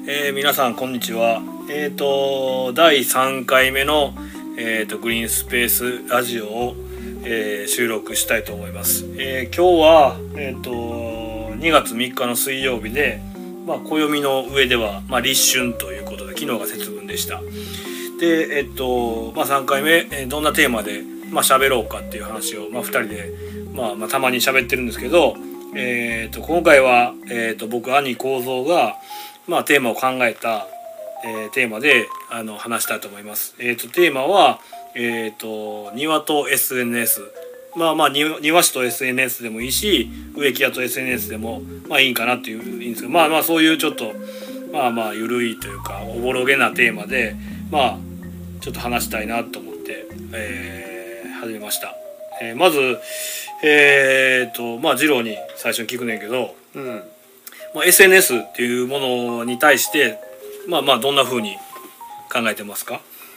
皆さんこんにちは。第3回目の、グリーンスペースラジオを、収録したいと思います。今日は、2月3日の水曜日で、暦の上では、立春ということで昨日が節分でした。で、3回目、どんなテーマで喋ろうかっていう話を、2人で、たまに喋ってるんですけど、今回は、僕兄幸三がテーマを考えた、テーマで話したいと思います。テーマは、庭と SNS、庭師と SNS でもいいし、植木屋と SNS でもいいんかなっていういいんですけど、そういうちょっとゆるいというかおぼろげなテーマでちょっと話したいなと思って、始めました。まず次郎に最初に聞くねんけど、SNS っていうものに対してどんな風に考えてますか？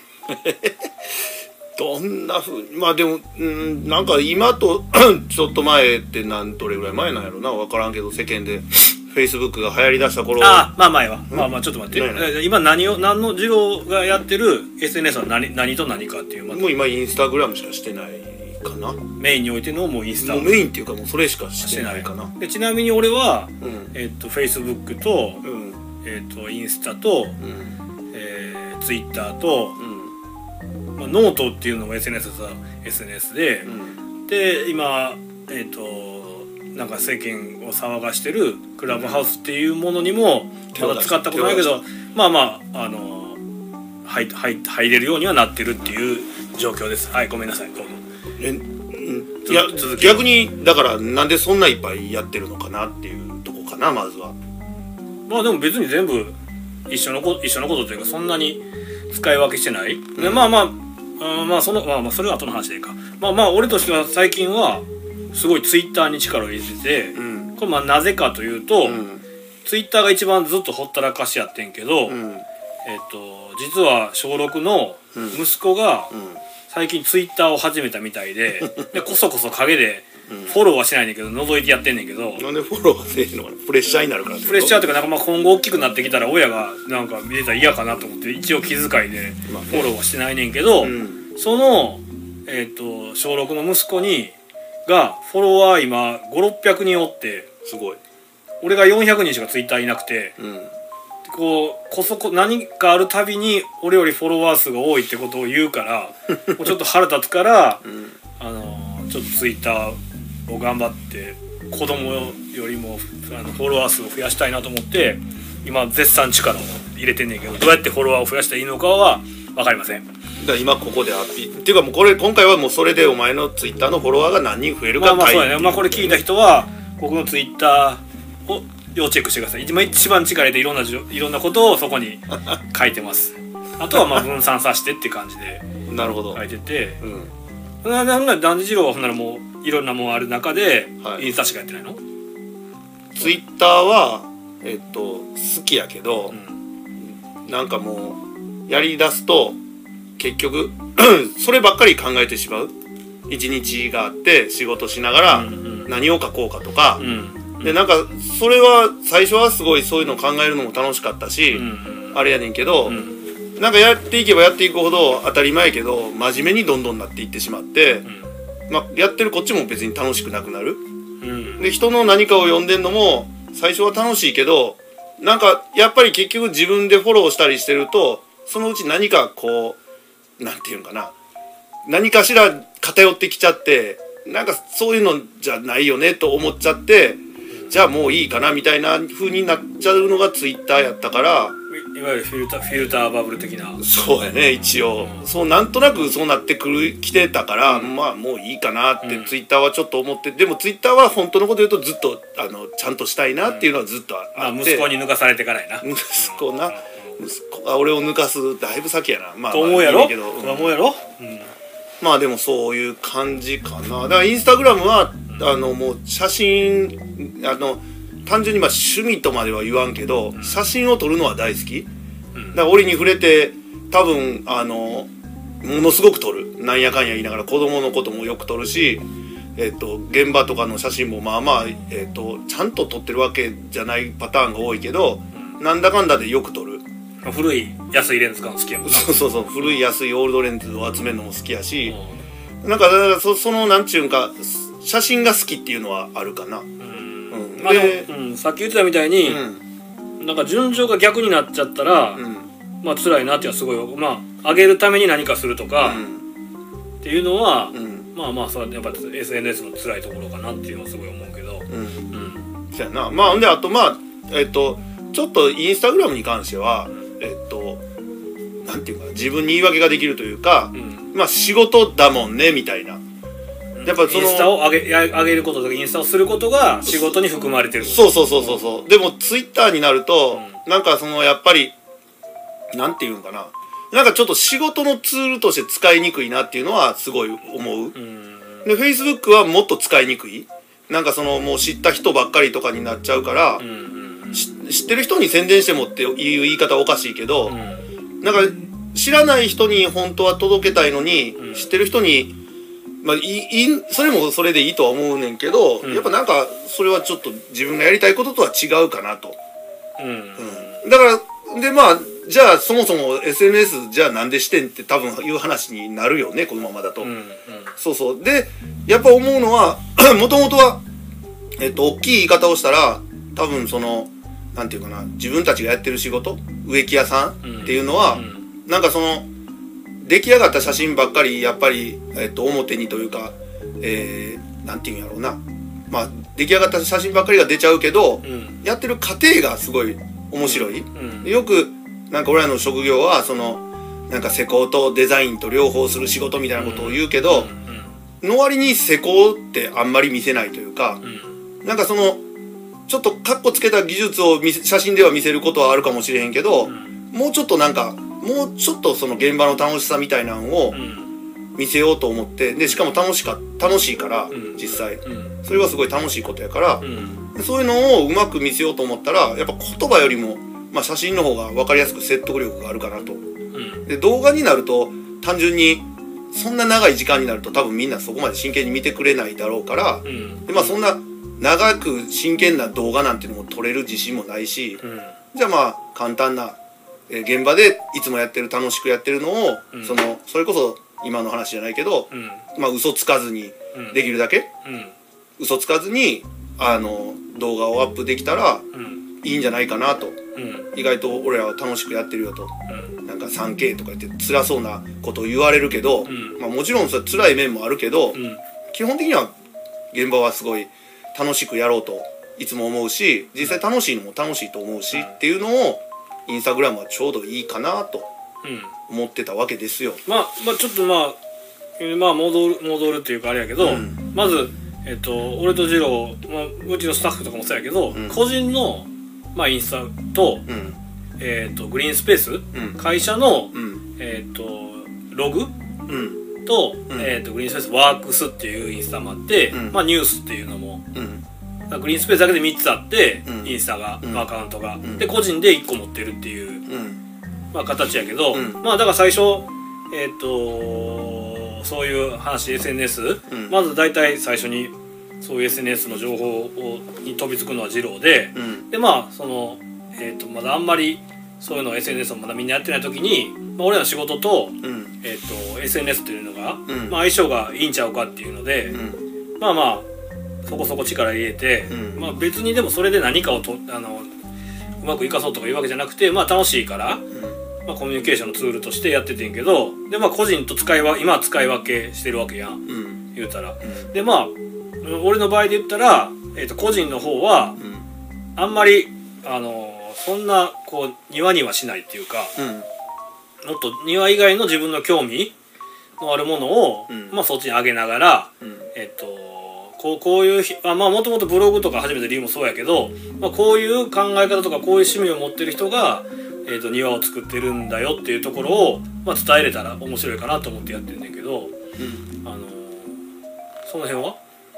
どんな風にでもなんか今とちょっと前ってどれぐらい前なんやろな、分からんけど、世間で Facebook が流行りだした頃。 前はちょっと待って、今何の次郎がやってる SNS は何と何かっていう、 もう今インスタグラムしかしてないかな。 メインにおいてのもうインスタ、 もうメインっていうかもうそれしかしてないかな。 でちなみに俺は、Facebook と、インスタと、Twitter と、ノートっていうのも SNS で、で今なんか世間を騒がしてるクラブハウスっていうものにもまだ使ったことないけど、入れるようにはなってるっていう状況です。はい、ごめんなさい、どうぞ。 いや逆にだからなんでそんないっぱいやってるのかなっていうとこかな、まずは。 でも別に全部一緒のことというか、そんなに使い分けしてない、それは後の話でいいか。俺としては最近はすごいツイッターに力を入れてて、これなぜかというと、ツイッターが一番ずっとほったらかしやってんけど、実は小6の息子が最近ツイッターを始めたみたいで、こそこそ陰でフォローはしないねんけど覗いてやってんねんけど、 なんでフォローはせえへんのかな。プレッシャーになるから。 プレッシャーというか、今後大きくなってきたら親がなんか見れたら嫌かなと思って一応気遣いでフォローはしてないねんけど、その小6の息子がフォロワー今500、600人おって、 すごい。 俺が400人しかツイッターいなくて、何かあるたびに俺よりフォロワー数が多いってことを言うからもうちょっと腹立つから、ちょっとツイッターを頑張って子供よりもフォロワー数を増やしたいなと思って今絶賛力を入れてんねんけど、どうやってフォロワーを増やしたらいいのかは分かりません。 だから今ここでっていうか、もう今回はもうそれでお前のツイッターのフォロワーが何人増えるかそうやね。これ聞いた人は僕のツイッターを要チェックしてください。一番力入れていろんなことをそこに書いてます。あとは分散させてっていう感じでなるほど書いてて、なんで次郎はほんならもういろんなもんある中で、インスタしかやってないの？ ツイッターは好きやけど、なんかもうやりだすと結局そればっかり考えてしまう一日があって、仕事しながら何を書こうかとか、でなんかそれは最初はすごいそういうのを考えるのも楽しかったし、あれやねんけど、なんかやっていけばやっていくほど当たり前けど真面目にどんどんなっていってしまって、やってるこっちも別に楽しくなくなる。で人の何かを読んでんのも最初は楽しいけど、なんかやっぱり結局自分でフォローしたりしてると、そのうち何かなんていうんかな、何かしら偏ってきちゃって、なんかそういうのじゃないよねと思っちゃって、じゃあもういいかなみたいな風になっちゃうのがツイッターやったから、 いわゆるフィルターバブル的な。 そうやね、一応、そうなんとなくそうなってきてたから、もういいかなってツイッターはちょっと思って、でもツイッターは本当のこと言うとずっとちゃんとしたいなっていうのはずっとあって、 息子に抜かされてからやな。 息子が俺を抜かすだいぶ先やな。 と思うやろ。 でもそういう感じかな。だからインスタグラムはもう写真単純に趣味とまでは言わんけど、写真を撮るのは大好き。だから折に触れて多分ものすごく撮る。なんやかんや言いながら子供のこともよく撮るし、現場とかの写真もちゃんと撮ってるわけじゃないパターンが多いけど、 なんだかんだでよく撮る。 古い安いレンズ買うの好きやもんな。 そう古い安いオールドレンズを集めるのも好きやし、なんかだからそのなんちゅうんか写真が好きっていうのはあるかな。 まあでも、さっき言ってたみたいに、なんか順序が逆になっちゃったら、まあ辛いなっていうのはすごい、まあ上げるために何かするとか、っていうのは、まあまあそれはやっぱ SNS の辛いところかなっていうのはすごい思うけど。 そうやな。まあであとまあちょっとインスタグラムに関してはなんていうか自分に言い訳ができるというか、まあ仕事だもんねみたいな。 やっぱそのインスタを上げることとかインスタをすることが仕事に含まれてる。 そう。でもツイッターになると、なんかそのやっぱりなんていうんかな、なんかちょっと仕事のツールとして使いにくいなっていうのはすごい思う。で Facebook はもっと使いにくい。なんかそのもう知った人ばっかりとかになっちゃうから、知ってる人に宣伝してもっていう言い方はおかしいけど、なんか知らない人に本当は届けたいのに、知ってる人にまあそれもそれでいいとは思うねんけど、やっぱなんかそれはちょっと自分がやりたいこととは違うかなと。だからでまあじゃあそもそも SNS じゃあなんでしてんって多分いう話になるよねこのままだと。そうでやっぱ思うのはもともとは大きい言い方をしたら多分そのなんていうかな、自分たちがやってる仕事植木屋さんっていうのは、なんかその出来上がった写真ばっかりやっぱり、表にというか、なんていうんやろうな、まあ出来上がった写真ばっかりが出ちゃうけど、やってる過程がすごい面白い。よくなんか俺らの職業はそのなんか施工とデザインと両方する仕事みたいなことを言うけど、の割に施工ってあんまり見せないというか、なんかそのちょっとカッコつけた技術を写真では見せることはあるかもしれへんけど、もうちょっとなんかもうちょっとその現場の楽しさみたいなのを見せようと思って、でしかも楽しいから実際それはすごい楽しいことやから、そういうのをうまく見せようと思ったらやっぱ言葉よりも、まあ、写真の方が分かりやすく説得力があるかなと。で動画になると単純にそんな長い時間になると多分みんなそこまで真剣に見てくれないだろうから、でまあそんな長く真剣な動画なんていうのも撮れる自信もないし、じゃあまあ簡単な現場でいつもやってる楽しくやってるのを、それこそ今の話じゃないけど、まあ嘘つかずにできるだけ、嘘つかずに動画をアップできたらいいんじゃないかなと。意外と俺らは楽しくやってるよと、なんか 3K とか言って辛そうなことを言われるけど、まあもちろんそれ辛い面もあるけど、基本的には現場はすごい楽しくやろうといつも思うし、実際楽しいのも楽しいと思うし、っていうのをインスタグラムはちょうどいいかなと思ってたわけですよ。 まあちょっとまあ戻るっていうかあれやけど、まず俺と次郎、うちのスタッフとかもそうやけど、個人のまあインスタと、グリーンスペース、会社のログと、グリーンスペースワークスっていうインスタもあって、まあニュースっていうのも、グリーンスペースだけで3つあって、インスタが、アカウントが、で個人で1個持ってるっていう、まあ形やけど、まあだから最初そういう話 SNS、まず大体最初にそういう SNS の情報に飛びつくのは二郎で、でまあそのまだあんまりそういうの SNS をまだみんなやってない時に、まあ、俺らの仕事と、SNS っていうのが、まあ、相性がいいんちゃうかっていうので、まあそこそこ力入れて、まあ別にでもそれで何かをうまくいかそうとかいうわけじゃなくて、まあ楽しいから、まあコミュニケーションのツールとしてやっててんけど、でまあ個人と今は使い分けしてるわけやん、言うたら。でまあ俺の場合で言ったら、個人の方は、あんまりそんなこう庭にはしないっていうか、もっと庭以外の自分の興味のあるものを、まあそっちに上げながら、こういうまあもともとブログとか始めた理由もそうやけど、まあ、こういう考え方とかこういう趣味を持ってる人が、庭を作ってるんだよっていうところを、まあ、伝えれたら面白いかなと思ってやってるんだけど、その辺は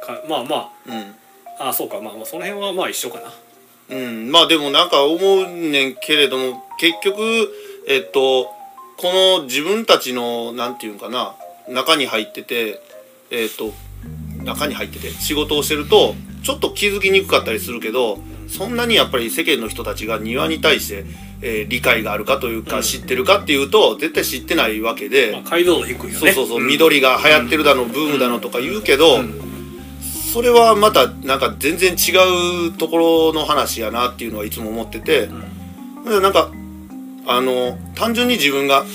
そうか、まあその辺はまあ一緒かな。 まあでもなんか思うねんけれども、結局この自分たちのなんていうんかな、中に入ってて仕事をしてるとちょっと気づきにくかったりするけど、 そんなにやっぱり世間の人たちが庭に対して、理解があるかというか、知ってるかっていうと絶対知ってないわけで、 解像度低いよね。 そう、緑が流行ってるだの、ブームだのとか言うけど、それはまたなんか全然違うところの話やなっていうのはいつも思ってて、なんか単純に自分が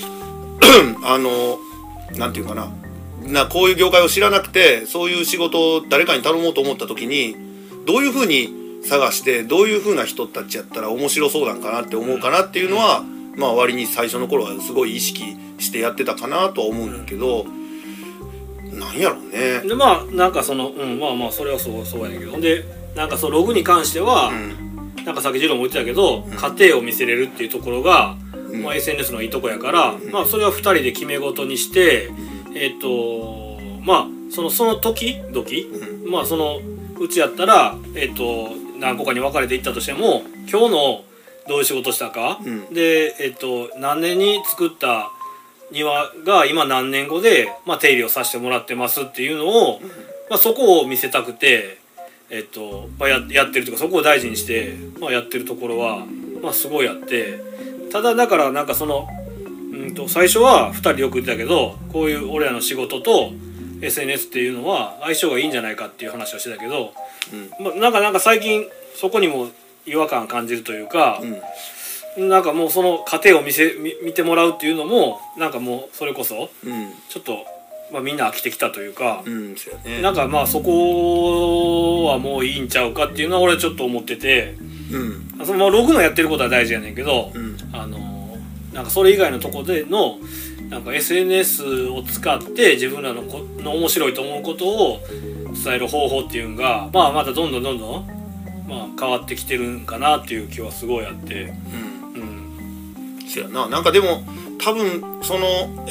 なんていうかな、こういう業界を知らなくてそういう仕事を誰かに頼もうと思った時にどういうふうに探してどういうふうな人たちやったら面白そうなんかなって思うかなっていうのは、まあ割に最初の頃はすごい意識してやってたかなとは思うんだけど、なんやろうね。 でまあなんかそのまあそれはそうやねんけど、でなんかそのログに関しては、なんかさっきジローも言ってたけど、家庭を見せれるっていうところが、まあ、SNS のいいとこやから、まあそれは2人で決め事にして、まあその時々、まあそのうちやったら何個かに分かれていったとしても、今日のどういう仕事したか、で何年に作った庭が今何年後で、まあ、手入れをさせてもらってますっていうのを、まあ、そこを見せたくて、まあ、やってるというか、そこを大事にして、まあ、やってるところは、まあ、すごいあって、ただだからなんかその最初は2人でよく言ってたけど、こういう俺らの仕事と SNS っていうのは相性がいいんじゃないかっていう話をしてたけど、まあ、なんか最近そこにも違和感感じるというか、なんかもうその過程を見てもらうっていうのもなんかもうそれこそちょっと、まあ、みんな飽きてきたというか、なんかまあそこはもういいんちゃうかっていうのは俺はちょっと思ってて、そのログのやってることは大事やねんけど、なんかそれ以外のところでのなんか SNS を使って自分らの面白いと思うことを伝える方法っていうのが、まあまたどんどん、まあ、変わってきてるんかなっていう気はすごいあって。 そうやな。なんかでも多分その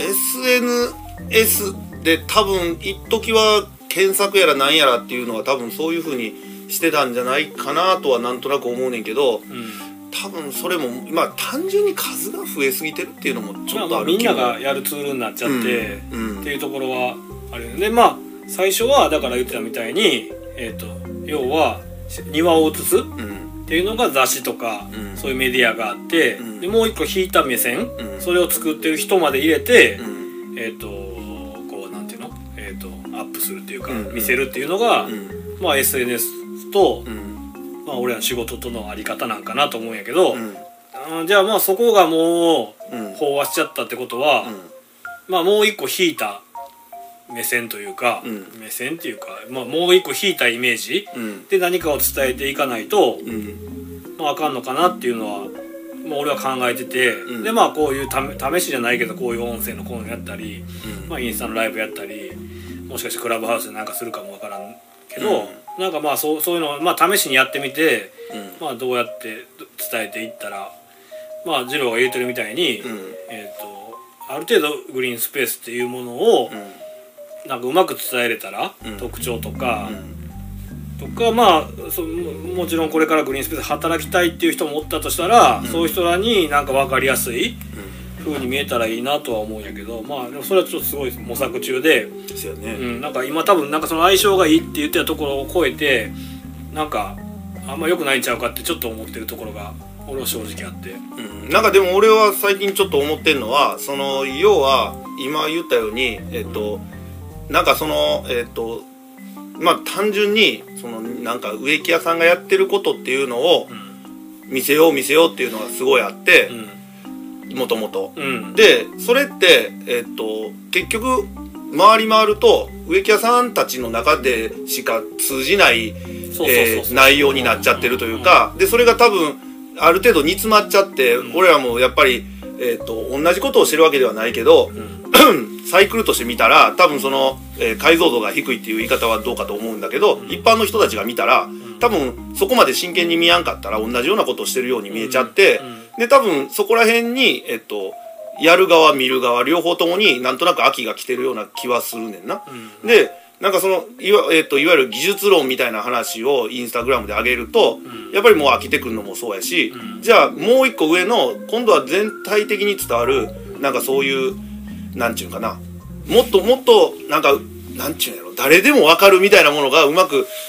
SNS で多分一時は検索やらなんやらっていうのは多分そういう風にしてたんじゃないかなとはなんとなく思うねんけど、多分それもまあ単純に数が増えすぎてるっていうのもちょっとあるけど、 みんながやるツールになっちゃって、っていうところはあるよね。まあ最初はだから言ってたみたいに、要は庭を映すっていうのが雑誌とか、そういうメディアがあって、でもう一個引いた目線、それを作ってる人まで入れて、こうなんていうの、アップするっていうか、見せるっていうのが、まあ SNS と、まあ俺らの仕事とのあり方なんかなと思うんやけど、じゃあまあそこがもう飽和しちゃったってことは、まあもう一個引いた目線というか、目線っていうか、まあ、もう一個引いたイメージで何かを伝えていかないと、まあ、あかんのかなっていうのは、まあ、俺は考えてて、でまあこういう試しじゃないけどこういう音声のコーナーやったり、まあ、インスタのライブやったり、もしかしてクラブハウスでなんかするかもわからんけど、なんかまあそういうのを、まあ、試しにやってみて、まあ、どうやって伝えていったら、まあジローが言うてるみたいに、ある程度グリーンスペースっていうものを、なんかうまく伝えれたら、特徴とか、まあもちろんこれからグリーンスペースで働きたいっていう人もおったとしたら、そういう人らになんか分かりやすい風に見えたらいいなとは思うんやけど、まあでもそれはちょっとすごい模索中で、なんか今多分なんかその相性がいいって言ってたところを超えて、なんかあんま良くないんちゃうかってちょっと思ってるところが俺は正直あって、 なんかでも俺は最近ちょっと思ってんのは、その要は今言ったようになんかそのまあ単純にそのなんか植木屋さんがやってることっていうのを見せようっていうのがすごいあって、もともとでそれって結局回り回ると植木屋さんたちの中でしか通じない内容になっちゃってるというか、でそれが多分ある程度煮詰まっちゃって、俺らもやっぱり同じことをしてるわけではないけど、サイクルとして見たら多分その、解像度が低いっていう言い方はどうかと思うんだけど、一般の人たちが見たら多分そこまで真剣に見やんかったら同じようなことをしてるように見えちゃって、で多分そこら辺にやる側見る側両方ともになんとなく飽きが来てるような気はするねんな。でなんかそのいわゆる技術論みたいな話をインスタグラムで上げると、やっぱりもう飽きてくるのもそうやし、じゃあもう一個上の今度は全体的に伝わるなんかそういうなんちゅうかな、もっとなんかなんちゅうんやろ、誰でも分かるみたいなものがうまく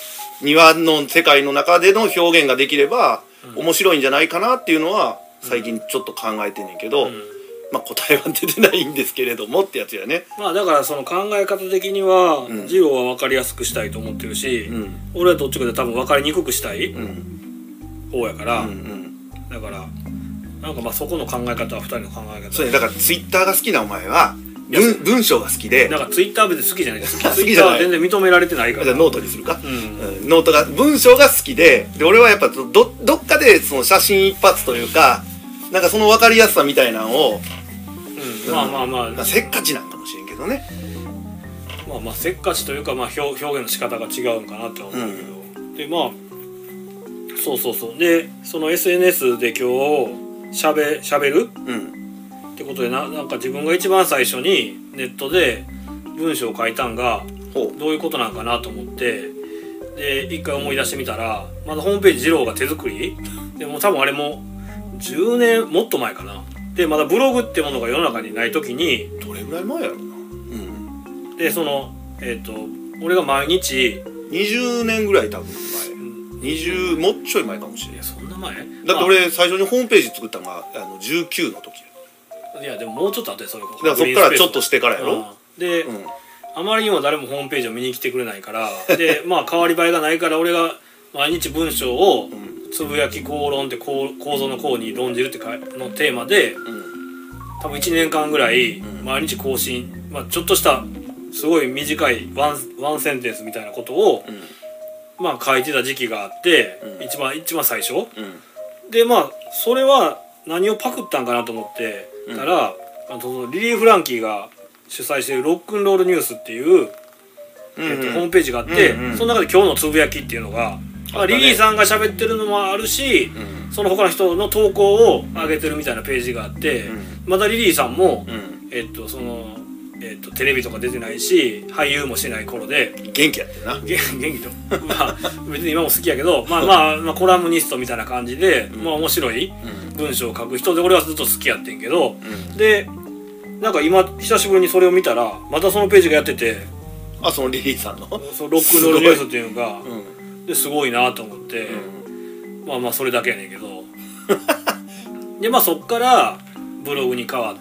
庭の世界の中での表現ができれば面白いんじゃないかなっていうのは最近ちょっと考えてんねんけど、まあ答えは出てないんですけれどもってやつやね。 まあだからその考え方的には二郎は分かりやすくしたいと思ってるし、俺はどっちかで多分分かりにくくしたい方やから、だからなんかまあそこの考え方は2人の考え方。 そうね、だからツイッターが好きなお前は文章が好きで、 なんかツイッター別に好きじゃないですか。 好きじゃない。 全然認められてないから。 じゃあノートにするか。ノートが文章が好きで、俺はやっぱどっかでその写真一発というか、なんかその分かりやすさみたいなのを、まあせっかちなんかもしれんけどね。 まあせっかちというかまあ表現の仕方が違うんかなって思うけど、でまあそうでその SNS で今日しゃべる。ってことでなんか自分が一番最初にネットで文章を書いたんがどういうことなんかなと思ってで一回思い出してみたらまだホームページ二郎が手作りでも多分あれも10年もっと前かなでまだブログってものが世の中にない時にどれぐらい前やろな、 でその俺が毎日 20年ぐらい多分前、20もうちょい前かもしれない。 そんな前だって俺最初にホームページ作ったのが19の時。 いやでももうちょっと後でそれだからそっからちょっとしてからやろ。 で、あまりにも誰もホームページを見に来てくれないからでまあ変わり映えがないから俺が毎日文章をつぶやき口論って構造の項に論じるってのテーマで、多分1年間ぐらい毎日更新、まあ、ちょっとしたすごい短いワンセンテンスみたいなことを、まあ書いてた時期があって、一番最初、でまあそれは何をパクったんかなと思ってたら、リリー・フランキーが主催しているロックンロールニュースっていう、ホームページがあって、その中で今日のつぶやきっていうのが、リリーさんが喋ってるのもあるし、その他の人の投稿を上げてるみたいなページがあって、まだリリーさんも、そのテレビとか出てないし俳優もしてない頃で元気やってな。 元気とまあ別に今も好きやけどまあコラムニストみたいな感じで、まあ面白い文章を書く人で俺はずっと好きやってんけど、でなんか今久しぶりにそれを見たらまたそのページがやってて、 そのリリーさんのそうロックンロールニュースっていうのがですごいなと思って、まあそれだけやねんけどでまあそっからブログに変わって、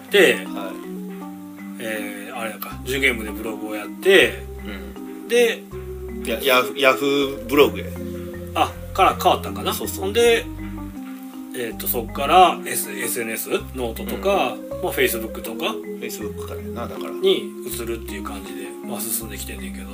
あれやかジュゲームでブログをやって、でヤフーブログへから変わったんかな。ほんでそっから、SNS ノートとか、まあ、Facebook とか Facebook からやなだからに移るっていう感じで、まあ、進んできてんねんけど、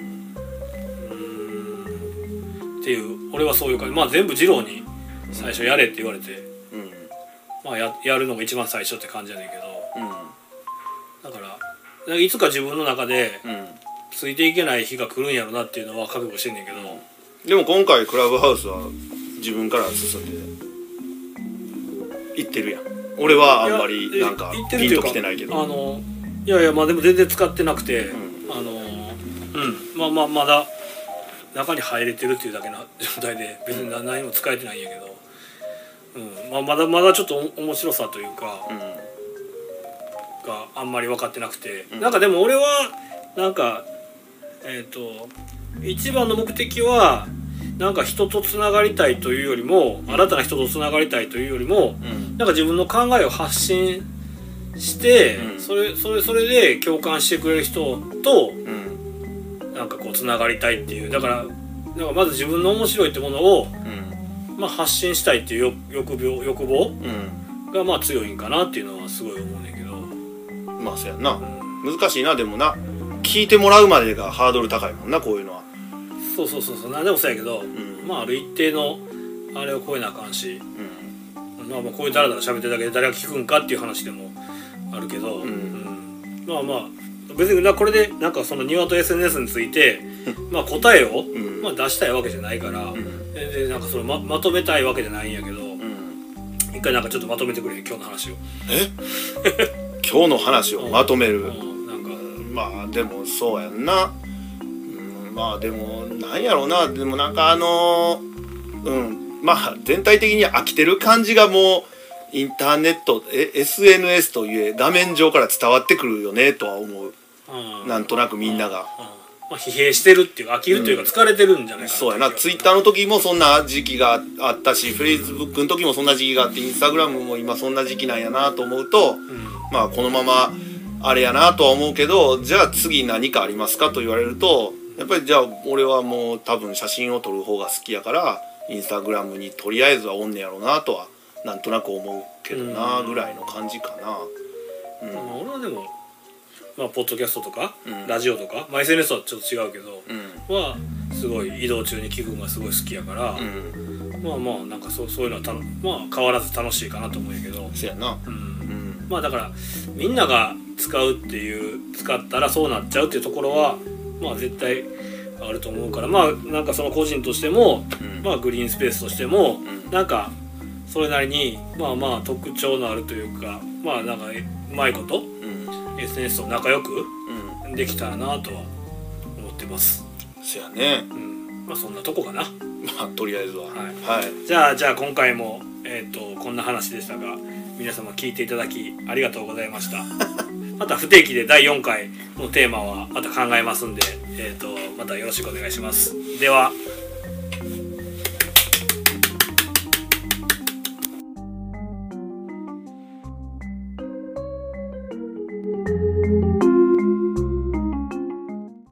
っていう俺はそういう感じ、まあ全部二郎に最初やれって言われて、まあ やるのが一番最初って感じやねんけど、だからいつか自分の中でついていけない日が来るんやろなっていうのは覚悟してんねんけど、 でも今回クラブハウスは自分から進んで行ってるやん。俺はあんまりなんかピンときてないけど、 いやまあでも全然使ってなくて、まあまだ中に入れてるっていうだけの状態で別に何も使えてないんやけど、まだちょっと面白さというか、があんまり分かってなくて、なんかでも俺はなんか一番の目的はなんか人とつながりたいというよりも、新たな人とつながりたいというよりも、なんか自分の考えを発信して、それで共感してくれる人と、なんかこうつながりたいっていう、だからまず自分の面白いってものを、まあ、発信したいっていう欲望がまあ強いんかなっていうのはすごい思うねんけど、 まあそうやんな、難しいな。でもな聞いてもらうまでがハードル高いもんな、こういうのは。 そう何でもそうやけど、まあある一定のあれを超えなあかんし、まあこういうダラダラ喋ってるだけで誰が聞くんかっていう話でもあるけど、まあ別にこれでなんかその庭と SNS についてまあ答えを、まあ、出したいわけじゃないから、でなんかそれ まとめたいわけじゃないんやけど、一回なんかちょっとまとめてくれ、今日の話を。 今日の話をまとめる、なんかまあでもそうやんな。まあでもなんやろうな。でもなんかまあ全体的に飽きてる感じがもうインターネットSNS という画面上から伝わってくるよねとは思う。なんとなくみんなが疲弊してるっていうか飽きるというか疲れてるんじゃないかな、 そうやな。ツイッターの時もそんな時期があったし、フェイスブックの時もそんな時期があって、インスタグラムも今そんな時期なんやなと思うと、まあこのままあれやなとは思うけど、じゃあ次何かありますかと言われると、やっぱりじゃあ俺はもう多分写真を撮る方が好きやから、インスタグラムにとりあえずはおんねやろうなとはなんとなく思うけどなぐらいの感じかな。 俺はでもまあポッドキャストとか、 うんラジオとか、まあ、SNS とはちょっと違うけど、 うんはすごい移動中に聞くのがすごい好きやから、 うんまあまあなんかそういうのはまあ変わらず楽しいかなと思うんやけど、 そやな。 まあだからみんなが使ったらそうなっちゃうっていうところはまあ絶対あると思うから、まあなんかその個人としても、まあグリーンスペースとしても、なんかそれなりにまあまあ特徴のあるというか、まあなんかうまいこと、SNS と仲良くできたらなとは思ってます。 そやね。 まあそんなとこかな。 まあとりあえずは。 はい。じゃあ今回もこんな話でしたが、皆様聞いていただきありがとうございました。また不定期で第4回のテーマはまた考えますんで、またよろしくお願いします。では。